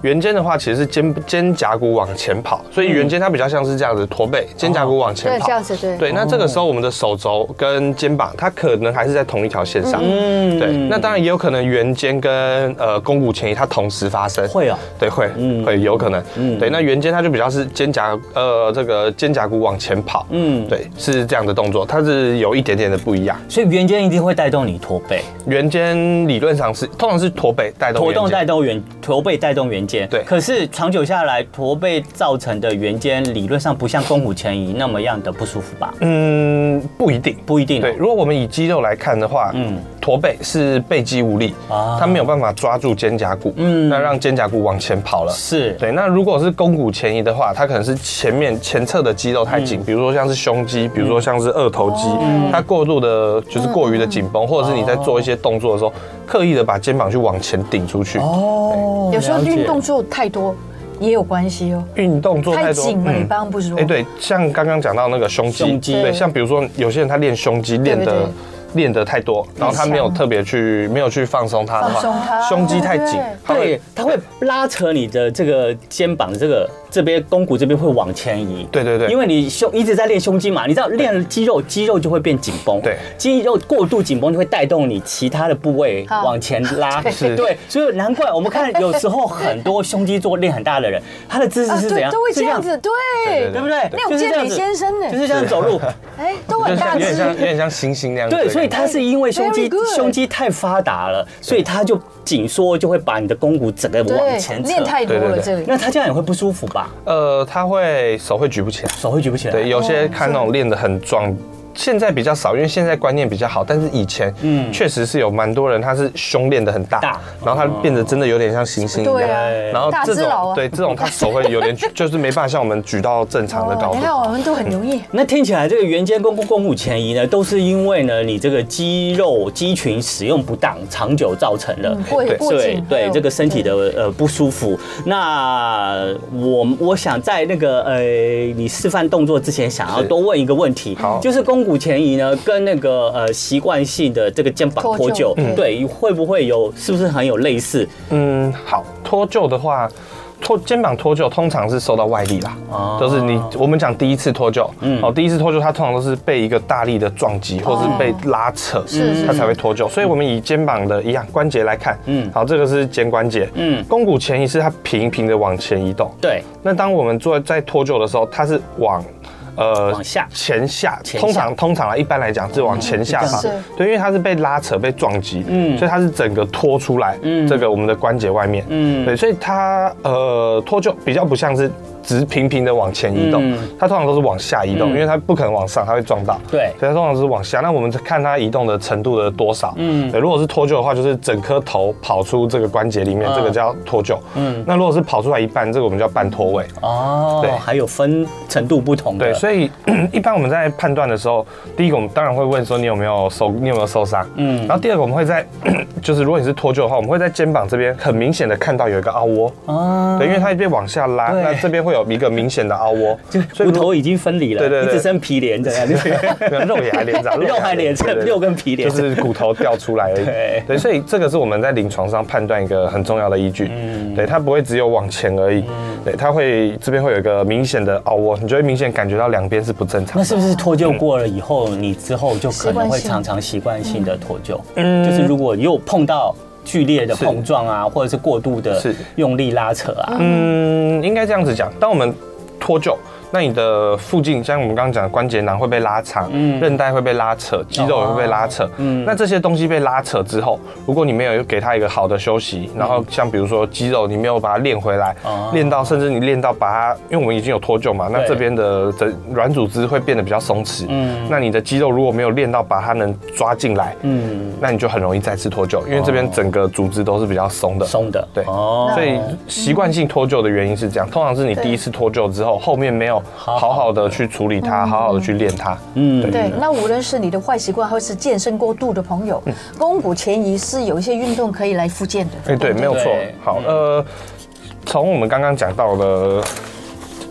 Speaker 3: 圆肩的话，其实是肩肩胛骨往前跑，所以圆肩它比较像是这样子驼背，肩胛骨往前跑。
Speaker 1: 对，这样子对。
Speaker 3: 对，那这个时候我们的手肘跟肩膀，它可能还是在同一条线上。嗯，对。那当然也有可能圆肩跟呃肱骨前移它同时发生。
Speaker 2: 会啊。
Speaker 3: 对，会，会有可能。嗯，对。那圆肩它就比较是肩胛呃这个肩胛骨往前跑。嗯，对，是这样的动作，它是有一点点的不一样。
Speaker 2: 所以圆肩一定会带动你驼背。
Speaker 3: 圆肩理论上是通常是驼背带动。
Speaker 2: 驼动带动圆驼背带动圆肩。
Speaker 3: 对。
Speaker 2: 可是长久下来，驼背造成的圆肩理论上不像肱骨前移那么样的不舒服吧？
Speaker 3: 嗯，不一定，
Speaker 2: 不一定。
Speaker 3: 对，如果我们以肌肉来看的话，嗯，驼背是背肌无力，啊，它没有办法抓住肩胛骨，嗯，那让肩胛骨往前跑了。
Speaker 2: 是，
Speaker 3: 对。那如果是肱骨前移的话，它可能是前面前侧的肌肉太紧，比如说像是胸肌，比如说像是二头肌，它过度的就是过于的紧绷，或者是你在做一些动作的时候，刻意的把肩膀去往前顶出去。
Speaker 1: 哦，有时候运动做太多。也有关系哦，
Speaker 3: 运动做太多
Speaker 1: 太紧了，你刚刚不是说？哎，
Speaker 3: 对，像刚刚讲到那个胸肌，胸肌，对，像比如说有些人他练胸肌练的练得太多，然后他没有特别去没有去放松它的话，胸肌太紧，
Speaker 2: 对，它会拉扯你的这个肩膀这个。这边肱骨这边会往前移，
Speaker 3: 对对对，
Speaker 2: 因为你胸一直在练胸肌嘛，你知道练了肌肉，肌肉就会变紧绷，
Speaker 3: 对，
Speaker 2: 肌肉过度紧绷就会带动你其他的部位往前拉，
Speaker 3: 是，
Speaker 2: 对，所以难怪我们看有时候很多胸肌做练很大的人，他的姿势是怎样？
Speaker 1: 都会这样子，对，
Speaker 2: 对不对？
Speaker 1: 那种健美先生呢，
Speaker 2: 就是这样走路，
Speaker 1: 哎，都很大只，
Speaker 3: 有点像有点像猩猩那样，
Speaker 2: 对，所以他是因为胸肌胸肌太发达了，所以他就紧缩，就会把你的肱骨整个往前扯，
Speaker 1: 练太多了这里，
Speaker 2: 那他这样也会不舒服吧？
Speaker 3: 呃，他会手会举不起来，
Speaker 2: 手会举不起来。
Speaker 3: 对，有些看那种练得很壮，现在比较少，因为现在观念比较好。但是以前，嗯，确实是有蛮多人，他是胸练得很大，大然后他变得真的有点像猩猩一样。
Speaker 1: 对啊，
Speaker 3: 然后这种对这种他手会有点就是没办法像我们举到正常的高度。
Speaker 1: 你看我们都很容易。
Speaker 2: 那听起来这个圆肩肱骨肱骨前移呢，都是因为呢你这个肌肉肌群使用不当，长久造成的。
Speaker 1: 对
Speaker 2: 对对，这个身体的呃不舒服。那我我想在那个呃你示范动作之前，想要多问一个问题，就是肱骨前移呢跟那个呃习惯性的这个肩膀脱臼，对，会不会有是不是很有类似？
Speaker 3: 嗯，好，脱臼的话。脱肩膀脱臼通常是受到外力啦，哦、就是你我们讲第一次脱臼，嗯，哦，第一次脱臼它通常都是被一个大力的撞击，或是被拉扯，是它才会脱臼。所以我们以肩膀的一样关节来看，嗯，好，这个是肩关节，嗯，肱骨前移是它平平的往前移动，
Speaker 2: 对。
Speaker 3: 那当我们做在脱臼的时候，它是往。
Speaker 2: 呃，往下
Speaker 3: 前下，通常通常啊，一般来讲是往前下方，对，因为它是被拉扯、被撞击，嗯，所以它是整个拖出来，嗯，这个我们的关节外面，嗯，对，所以它呃脱臼比较不像是直平平的往前移动，它通常都是往下移动，因为它不可能往上，它会撞到，
Speaker 2: 对，
Speaker 3: 所以它通常是往下。那我们看它移动的程度的多少，嗯，对，如果是脱臼的话，就是整颗头跑出这个关节里面，这个叫脱臼，嗯，那如果是跑出来一半，这个我们叫半脱位，
Speaker 2: 哦，对，还有分程度不同的，
Speaker 3: 对，所以一般我们在判断的时候，第一个我们当然会问说你有没有受你有没有受伤，嗯，然后第二个我们会在就是如果你是脱臼的话，我们会在肩膀这边很明显的看到有一个凹窝，哦，对，因为它一边往下拉，那这边会有一个明显的凹窝，
Speaker 2: 就骨头已经分离了，对对对，只剩皮连着，
Speaker 3: 肉也还连着，
Speaker 2: 肉还连着，六根皮连着，
Speaker 3: 就是骨头掉出来而已，对，所以这个是我们在临床上判断一个很重要的依据，嗯，对，它不会只有往前而已，对，它会这边会有一个明显的凹窝，你就会明显感觉到两边是不正常。
Speaker 2: 那是不是脱臼过了以后，你之后就可能会常常习惯性的脱臼？嗯，就是如果又碰到剧烈的碰撞啊，或者是过度的用力拉扯啊，
Speaker 3: 嗯，应该这样子讲，当我们脱臼。那你的附近，像我们刚刚讲的关节囊会被拉长，嗯，韧带会被拉扯，肌肉也会被拉扯，嗯，那这些东西被拉扯之后，如果你没有给它一个好的休息，然后像比如说肌肉你没有把它练回来，练到甚至你练到把它，因为我们已经有脱臼嘛，那这边的软组织会变得比较松弛，嗯，那你的肌肉如果没有练到把它能抓进来，嗯，那你就很容易再次脱臼，因为这边整个组织都是比较松的，
Speaker 2: 松的，
Speaker 3: 对，哦，所以习惯性脱臼的原因是这样，通常是你第一次脱臼之后，后面没有好好的去处理它，好好的去练它。
Speaker 1: 嗯，对。那无论是你的坏习惯，或是健身过度的朋友，肱骨前移是有一些运动可以来复健的。
Speaker 3: 哎，对，没有错。好，呃，从我们刚刚讲到的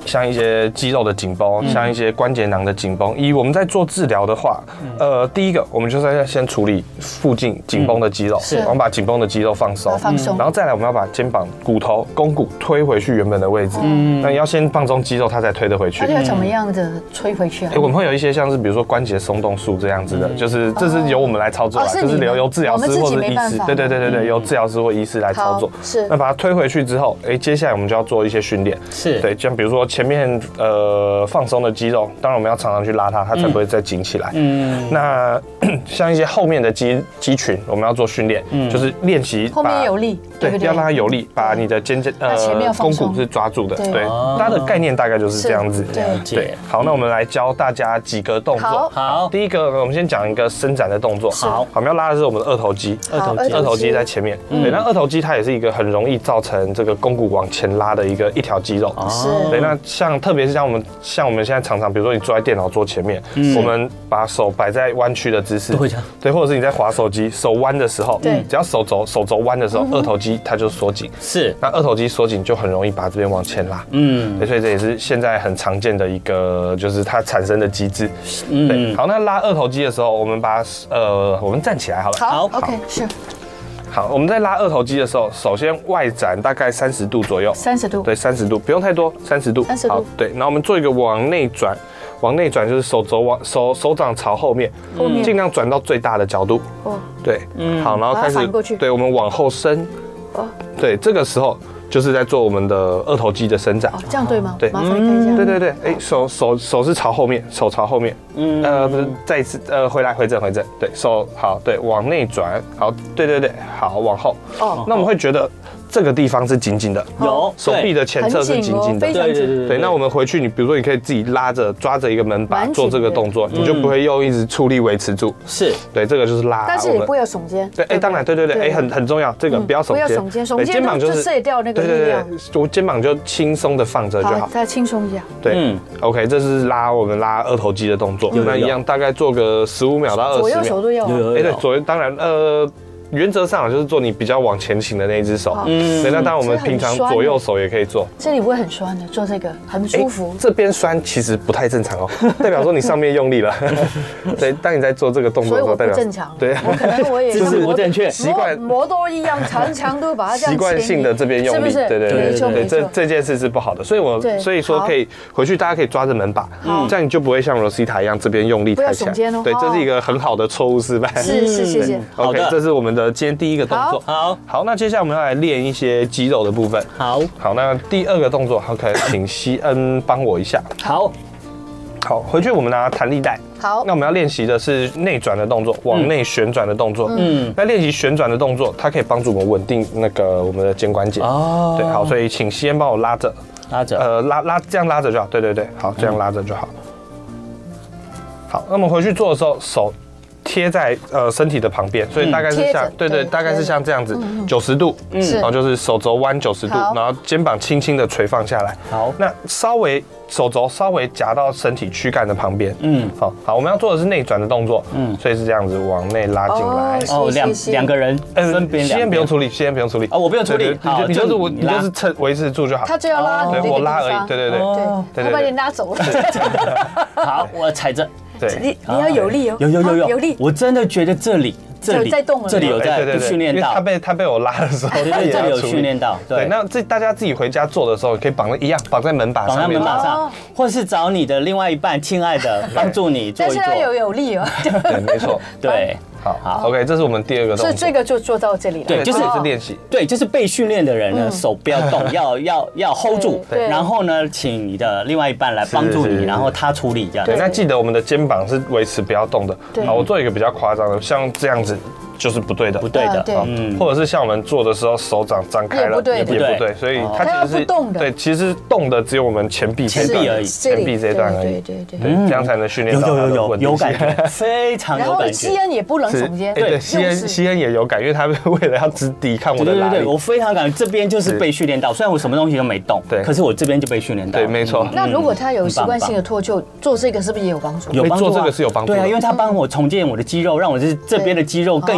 Speaker 3: 像一些肌肉的紧绷，像一些关节囊的紧绷。以我们在做治疗的话，呃，第一个我们就是要先处理附近紧绷的肌肉，我们把紧绷的肌肉放松，
Speaker 1: 放松，
Speaker 3: 然后再来我们要把肩膀骨头、肱骨推回去原本的位置。嗯，那你要先放松肌肉，它才推得回去。
Speaker 1: 那要怎么样的推回去啊？
Speaker 3: 哎，我们会有一些像是比如说关节松动术这样子的，就是这是由我们来操作啦，就是由由治疗师或者医师，对对对对对，由治疗师或医师来操作。
Speaker 1: 是，
Speaker 3: 那把它推回去之后，哎，接下来我们就要做一些训练。
Speaker 2: 是，
Speaker 3: 对，像比如说前面呃放松的肌肉，当然我们要常常去拉它，它才不会再紧起来。嗯，那像一些后面的肌肌群，我们要做训练，就是练习
Speaker 1: 后面有力，
Speaker 3: 对，要让它有力，把你的肩肩呃肱骨是抓住的。对，它的概念大概就是这样子。对，好，那我们来教大家几个动作。
Speaker 2: 好，
Speaker 3: 第一个我们先讲一个伸展的动作。
Speaker 2: 好，
Speaker 3: 我们要拉的是我们的二头肌，
Speaker 2: 二头肌，
Speaker 3: 二头肌在前面。对，那二头肌它也是一个很容易造成这个肱骨往前拉的一个一条肌肉。
Speaker 1: 是。
Speaker 3: 对，那像特别是像我们像我们现在常常，比如说你坐在电脑桌前面，我们把手摆在弯曲的姿势，对，或者是你在滑手机，手弯的时候，对，只要手肘手肘弯的时候，二头肌它就缩紧。
Speaker 2: 是。
Speaker 3: 那二头肌缩紧就很容易把这边往前拉。嗯。对，所以这也是现在很常见的一个，就是它产生的机制。嗯。对，好，那拉二头肌的时候，我们把呃，我们站起来好了。
Speaker 1: 好 ，OK， 是。
Speaker 3: 好，我们在拉二头肌的时候，首先外展大概三十度左右。
Speaker 1: 三十度。
Speaker 3: 对，三十度，不用太多，三十度。
Speaker 1: 三十度。
Speaker 3: 好，对，然后我们做一个往内转，往内转就是手肘往手手掌朝后面，后面尽量转到最大的角度。哦。对，嗯。好，然后开始
Speaker 1: 反过去。
Speaker 3: 对，我们往后伸。哦。对，这个时候就是在做我们的二头肌的伸展。
Speaker 1: 哦，这样对吗？
Speaker 3: 对，
Speaker 1: 麻烦你看一下。
Speaker 3: 对对对，哎，手手手是朝后面，手朝后面。嗯。呃，不是，再一次，呃，回来，回正，回正。对，手好，对，往内转，好，对对对，好，往后。哦。那我们会觉得这个地方是紧紧的，
Speaker 2: 有
Speaker 3: 手臂的前侧是紧紧的，
Speaker 1: 对对对
Speaker 3: 对。那我们回去，你比如说，你可以自己拉着抓着一个门把做这个动作，你就不会用一直出力维持住。是，对，这个就是拉。
Speaker 1: 但是也不要耸肩。
Speaker 3: 对，哎，当然，对对对，哎，很很重要，这个不要耸肩，
Speaker 1: 不要耸肩，耸肩就卸掉那个力量。
Speaker 3: 我肩膀就轻松的放着就好，
Speaker 1: 再轻松一下。
Speaker 3: 对，OK， 这是拉我们拉二头肌的动作，那一样大概做个十五秒到二十秒。
Speaker 1: 左右手都要。
Speaker 3: 哎，对，左右当然呃。原则上就是做你比较往前倾的那一只手，嗯，对，那当然我们平常左右手也可以做。
Speaker 1: 这里不会很酸的，做这个很舒服。
Speaker 3: 这边酸其实不太正常哦，代表说你上面用力了。对，当你在做这个动作的时候，代表
Speaker 1: 正常。
Speaker 3: 对，
Speaker 1: 我可能我也
Speaker 2: 姿势不正确，
Speaker 3: 习惯
Speaker 1: 摩多一样长强度把它这样
Speaker 3: 习惯性的这边用力，
Speaker 1: 是不是？
Speaker 3: 对对对对，这这件事是不好的，所以我所以说可以回去大家可以抓着门把，这样你就不会像 Rosita 一样这边用力太强。对，这是一个很好的错误示范。
Speaker 1: 是是，谢谢。
Speaker 3: OK， 这是我们的今天第一个动作。
Speaker 2: 好，
Speaker 3: 好，那接下来我们要来练一些肌肉的部分。
Speaker 2: 好，
Speaker 3: 好，那第二个动作 ，OK， 请希恩帮我一下。
Speaker 2: 好，
Speaker 3: 好，回去我们拿弹力带。
Speaker 1: 好，
Speaker 3: 那我们要练习的是内转的动作，往内旋转的动作。嗯，那练习旋转的动作，它可以帮助我们稳定那个我们的肩关节。哦，对，好，所以请希恩帮我拉着，
Speaker 2: 拉着，
Speaker 3: 呃，拉拉这样拉着就好。对对对，好，这样拉着就好。好，那么回去做的时候，手贴在呃身体的旁边，所以大概是像，对对，大概是像这样子，九十度，嗯，然后就是手肘弯九十度，然后肩膀轻轻的垂放下来。好，那稍微手肘稍微夹到身体躯干的旁边，嗯，好，好，我们要做的是内转的动作，嗯，所以是这样子往内拉进来。
Speaker 2: 哦，两两个人分别，
Speaker 3: 先不用处理，先不用处理。
Speaker 2: 哦，我不用处理，好，
Speaker 3: 你就是我，你就是撑维持住就好。
Speaker 1: 他就要拉，
Speaker 3: 对，我拉而已，对对对，
Speaker 1: 对，我把你拉走了。
Speaker 2: 好，我踩着。
Speaker 1: 对，你你要有力哦，
Speaker 2: 有有有有
Speaker 1: 有力，
Speaker 2: 我真的觉得这里这里
Speaker 1: 在动了，
Speaker 2: 这里有在训练到，
Speaker 3: 他被他被我拉的时候，
Speaker 2: 他也有训练到。
Speaker 3: 对，那这大家自己回家做的时候，可以绑一样，绑在门把上，
Speaker 2: 绑在门把上，或者是找你的另外一半，亲爱的，帮助你做一做。
Speaker 1: 但是要有有力哦。
Speaker 3: 对，没错，
Speaker 2: 对。
Speaker 3: 好，好 ，OK， 这是我们第二个动作。
Speaker 1: 所以这个就做到这里了。
Speaker 2: 对，就是
Speaker 3: 是练习。
Speaker 2: 对，就是被训练的人呢，手不要动，要要要 hold 住。对。然后呢，请你的另外一半来帮助你，然后他处理这样。
Speaker 3: 对，那记得我们的肩膀是维持不要动的。对。好，我做一个比较夸张的，像这样子。就是不对的，
Speaker 2: 不对的，
Speaker 3: 嗯，或者是像我们做的时候手掌张开了，也不对，也不对，所以它其实是动的，对，其实动的只有我们前臂、
Speaker 2: 前臂而已，
Speaker 3: 前臂这一段而已，对对对，这样才能训练到它的稳定性，
Speaker 2: 有感觉，非常有感觉。
Speaker 1: 然后西恩也不能耸肩，
Speaker 3: 对，西恩西恩也有感，因为他为了要只抵抗我的拉力，
Speaker 2: 对对对，我非常感觉这边就是被训练到，虽然我什么东西都没动，对，可是我这边就被训练到，
Speaker 3: 对，没错。
Speaker 1: 那如果他有习惯性的脱臼，做这个是不是也有帮助？
Speaker 2: 有帮助，
Speaker 3: 做这个是有帮助，
Speaker 2: 对啊，因为他帮我重建我的肌肉，让我这这边的肌肉更有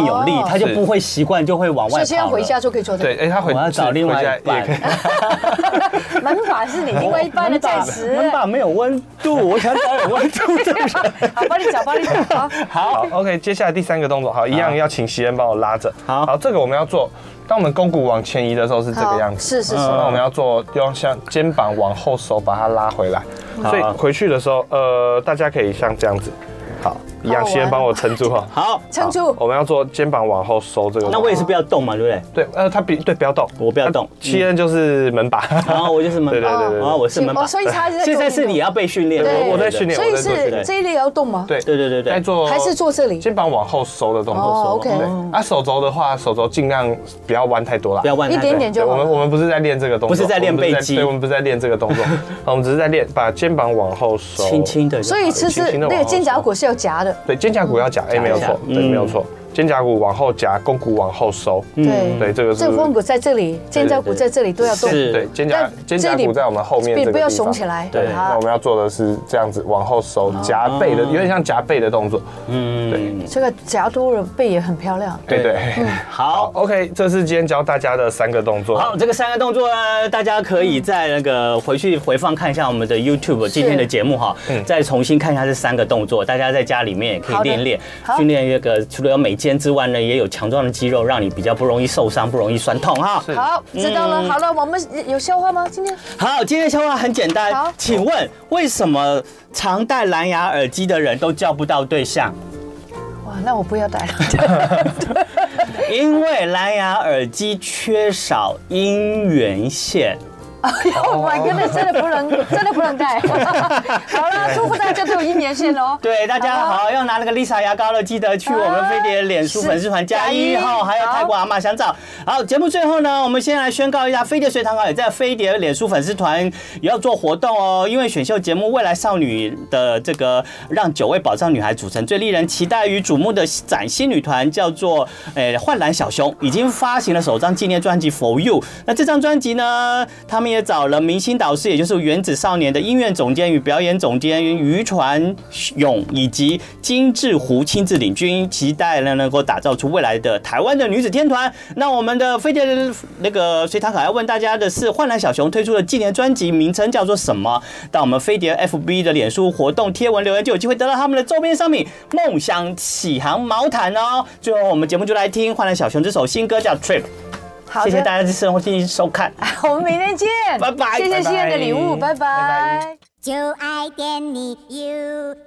Speaker 2: 有力，他就不会习惯，就会往外跑。所以
Speaker 1: 现在回家就可以做这个。
Speaker 3: 对，哎，他回
Speaker 2: 我要找另外一半。
Speaker 1: 门把是你另外一半的暂时。
Speaker 2: 门把没有温度，我想找有温度的人。
Speaker 1: 好，帮你找，帮你找。好，
Speaker 3: 好 ，OK， 接下来第三个动作，好，一样要请席恩帮我拉着。
Speaker 2: 好，
Speaker 3: 好，这个我们要做。当我们肱骨往前移的时候是这个样子，
Speaker 1: 是是是。
Speaker 3: 那我们要做用像肩膀往后收，把它拉回来。所以回去的时候，呃，大家可以像这样子，好，一样先帮我撑住哈。
Speaker 2: 好，
Speaker 1: 撑住。
Speaker 3: 我们要做肩膀往后收这个。
Speaker 2: 那我也是不要动嘛，对不对？
Speaker 3: 对，呃，他比对不要动，
Speaker 2: 我不要动。
Speaker 3: 七恩就是门把，
Speaker 2: 然后我就是门把，
Speaker 3: 对对对对，
Speaker 2: 然后我是门把。
Speaker 1: 所以他
Speaker 2: 现在是你要被训练，
Speaker 3: 我在训练，
Speaker 1: 所以是这一类要动吗？
Speaker 3: 对
Speaker 2: 对对对对，
Speaker 3: 在做
Speaker 1: 还是做这里
Speaker 3: 肩膀往后收的动作。
Speaker 1: 哦 ，OK。
Speaker 3: 啊，手肘的话，手肘尽量不要弯太多啦，
Speaker 2: 不要弯
Speaker 1: 一点点就好。
Speaker 3: 我们我们不是在练这个动作，
Speaker 2: 不是在练背肌，
Speaker 3: 对，我们不是在练这个动作，我们只是在练把肩膀往后收，
Speaker 2: 轻轻的。
Speaker 1: 所以其实那个肩胛骨是要夹的，
Speaker 3: 对，肩胛骨要夹，哎，没有错，对，没有错。肩胛骨往后夹，肱骨往后收。
Speaker 1: 对
Speaker 3: 对，这个是。
Speaker 1: 这个肱骨在这里，肩胛骨在这里都要动。
Speaker 3: 对，肩胛肩胛骨在我们后面这个地方，
Speaker 1: 不要耸起来。
Speaker 3: 对，那我们要做的是这样子往后收，夹背的，有点像夹背的动作。嗯，对。
Speaker 1: 这个夹多了背也很漂亮。
Speaker 3: 对对。
Speaker 2: 好
Speaker 3: ，OK， 这是今天教大家的三个动作。
Speaker 2: 好，这个三个动作呢，大家可以在那个回去回放看一下我们的 YouTube 今天的节目哈，再重新看一下这三个动作，大家在家里面也可以练练，训练这个除了有美肩之外呢，也有强壮的肌肉，让你比较不容易受伤，不容易酸痛哈。
Speaker 1: 好，知道了。好了，我们有笑话吗？今天？
Speaker 2: 好，今天的笑话很简单。好，请问为什么常戴蓝牙耳机的人都叫不到对象？
Speaker 1: 哇，那我不要戴了。
Speaker 2: 因为蓝牙耳机缺少音源线。
Speaker 1: 哎呦，我真的真的不能，真的不能戴。好了，祝福大家都有音源线哦。
Speaker 2: 对，大家好，要拿那个 Lisa 牙膏了，记得去我们飞碟脸书粉丝团加一号，还有泰国阿嬷香皂。好，节目最后呢，我们先来宣告一下，飞碟随堂考也在飞碟脸书粉丝团也要做活动哦。因为选秀节目《未来少女》的这个让九位宝藏女孩组成最令人期待与瞩目的崭新女团，叫做诶幻蓝小熊，已经发行了首张纪念专辑《For You》。那这张专辑呢，他们也找了明星导师，也就是原子少年的音乐总监与表演总监于传勇以及金志湖亲自领军，期待呢能够打造出未来的台湾的女子天团。那我们的飞碟那个随堂考要问大家的是，幻蓝小熊推出的纪念专辑名称叫做什么？到我们飞碟 F B 的脸书活动贴文留言，就有机会得到他们的周边商品梦想起航毛毯哦。最后我们节目就来听幻蓝小熊这首新歌叫 Trip。谢谢大家的收听收看，
Speaker 1: 我们明天见，
Speaker 2: 拜拜。
Speaker 1: 谢谢西恩的礼物，拜拜。
Speaker 4: 就爱点你 U。